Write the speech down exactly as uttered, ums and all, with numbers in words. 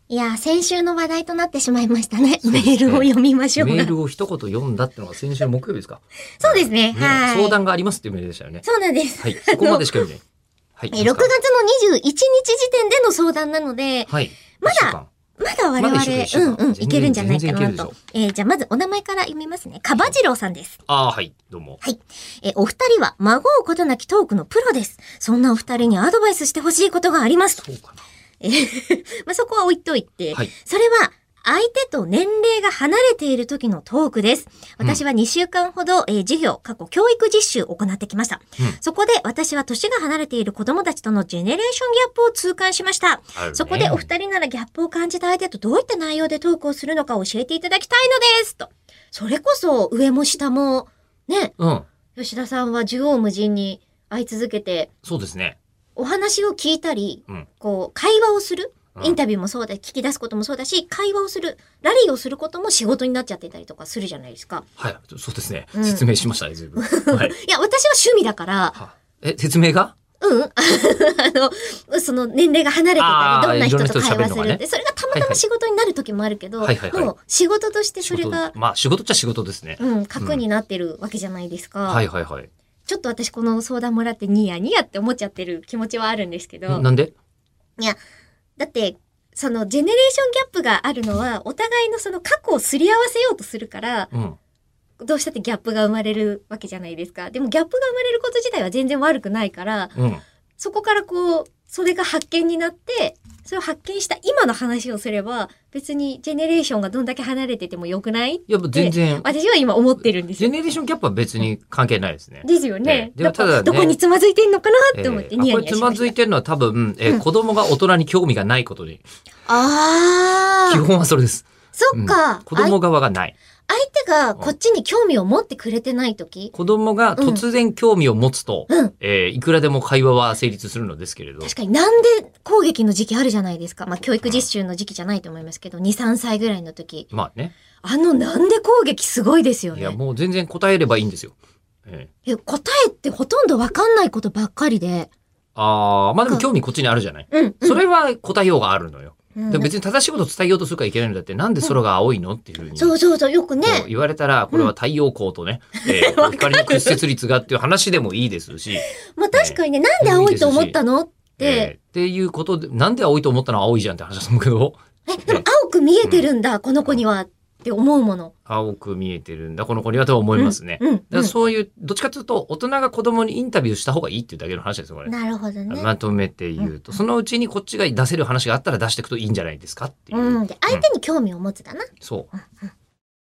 いや、先週の話題となってしまいましたね。メールを読みましょう。 メールを一言読んだってのが先週木曜日ですか。 そうですね。はい。 相談がありますっていうメールでしたよね。 そうなんです。 はい。そこまでしか読めない。はい。 ろくがつのにじゅういちにち時点での相談なので、 はい。 まだ、まだ我々、うんうん、いけるんじゃないかなと。えー、じゃあまずお名前から読みますね。かばじろうさんです。 ああ、はい。どうも。 はい。えー、お二人は孫うことなきトークのプロです。そんなお二人にアドバイスしてほしいことがあります。 そうかな。 えー、まあ、そこは置いといて、 はい、それは、相手と年齢が離れている時のトークです。私はにしゅうかんほど、えー、授業、過去教育実習を行ってきました、うん。そこで私は年が離れている子供たちとのジェネレーションギャップを痛感しました。そこでお二人ならギャップを感じた相手とどういった内容でトークをするのか教えていただきたいのです。と。それこそ上も下も、ね、うん、吉田さんは縦横無尽に会い続けて、 そうですね。 お話を聞いたり、うん、こう、会話をする。インタビューもそうだ、聞き出すこともそうだし、会話をする、ラリーをすることも仕事になっちゃってたりとかするじゃないですか。 はい、そうですね。うん、説明しましたね、随分。はい、 いや、私は趣味だから。はえ、説明がうん。あの、その年齢が離れてたり、どんな人と会話するって、ね、それがたまたま仕事になる時もあるけど、はいはい、もう仕事としてそれが。 まあ仕事っちゃ仕事ですね。 うん、核になってるわけじゃないですか。 うん、はいはいはい。 ちょっと私この相談もらってニヤニヤって思っちゃってる気持ちはあるんですけど。 なんで？ いや、だって、そのジェネレーションギャップがあるのはお互いのその過去をすり合わせようとするから、うん、どうしたってギャップが生まれるわけじゃないですか。でもギャップが生まれること自体は全然悪くないから、うん、そこからこうそれが発見になってそれを発見した今の話をすれば別にジェネレーションがどんだけ離れててもよくないっていや全然私は今思ってるんですよ。 ジェネレーションギャップは別に関係ないですね。 ですよね。でもただね、どこにつまずいてんのかなって思ってニヤニヤしました。 これつまずいてるのは多分、えーうん、子供が大人に興味がないことに。 ああ。 基本はそれです。 そっか、 うん。子供側がない。 相手がこっちに興味を持ってくれてないとき、 子供が突然興味を持つと、うんえー、いくらでも会話は成立するのですけれど。 確かになんで攻撃の時期あるじゃないですか。まあ教育実習の時期じゃないと思いますけど、に、さんさいぐらいの時。 まあね。 あのなんで攻撃すごいですよね。 いやもう全然答えればいいんですよ。 えー、答えってほとんどわかんないことばっかりで。 ああ、まあでも興味こっちにあるじゃない。うん、うん。それは答えようがあるのよ。で別に正しいことを伝えようとするからいけないんだって、なんで空が青いのっていうふうに。 そうそうそう、よくね。 言われたら、これは太陽光とね、うんえー、光の屈折率がっていう話でもいいですし。 まあ確かにね、なんで青いと思ったのって。 えー、っていうことで、なんで青いと思ったのは青いじゃんって話だと思うけど。 え、でも青く見えてるんだ、うん、この子には。って思うもの。 青く見えてるんだ、この子にはと思いますね。うんうん、だからそういう、どっちかというと、大人が子供にインタビューした方がいいっていうだけの話ですよ、これ。 なるほどね。 まとめて言うと、うん、そのうちにこっちが出せる話があったら出していくといいんじゃないですかっていう。 うん。で、相手に興味を持つだな。 そう。